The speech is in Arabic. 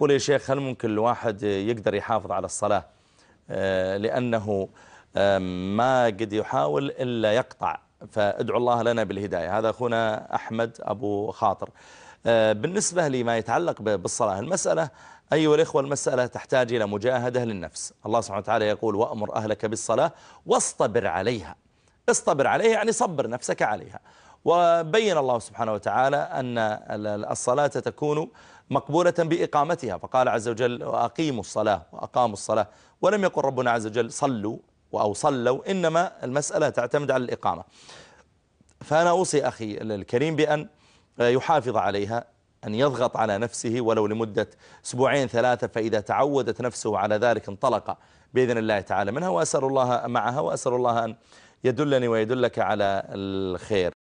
يقول يا شيخ هل ممكن الواحد يقدر يحافظ على الصلاة لأنه ما قد يحاول إلا يقطع، فادعوا الله لنا بالهداية. هذا أخونا أحمد أبو خاطر. بالنسبة لما يتعلق بالصلاة، المسألة أيها الإخوة المسألة تحتاج إلى مجاهدة للنفس. الله سبحانه وتعالى يقول وأمر أهلك بالصلاة واصطبر عليها. اصطبر عليها يعني صبر نفسك عليها. وبين الله سبحانه وتعالى أن الصلاة تكون مقبولة بإقامتها، فقال عز وجل وأقيموا الصلاة وأقاموا الصلاة، ولم يقل ربنا عز وجل صلوا أو صلوا، إنما المسألة تعتمد على الإقامة. فأنا أوصي أخي الكريم بأن يحافظ عليها، أن يضغط على نفسه ولو لمدة أسبوعين ثلاثة، فإذا تعودت نفسه على ذلك انطلق بإذن الله تعالى منها. وأسأل الله معها، وأسأل الله أن يدلني ويدلك على الخير.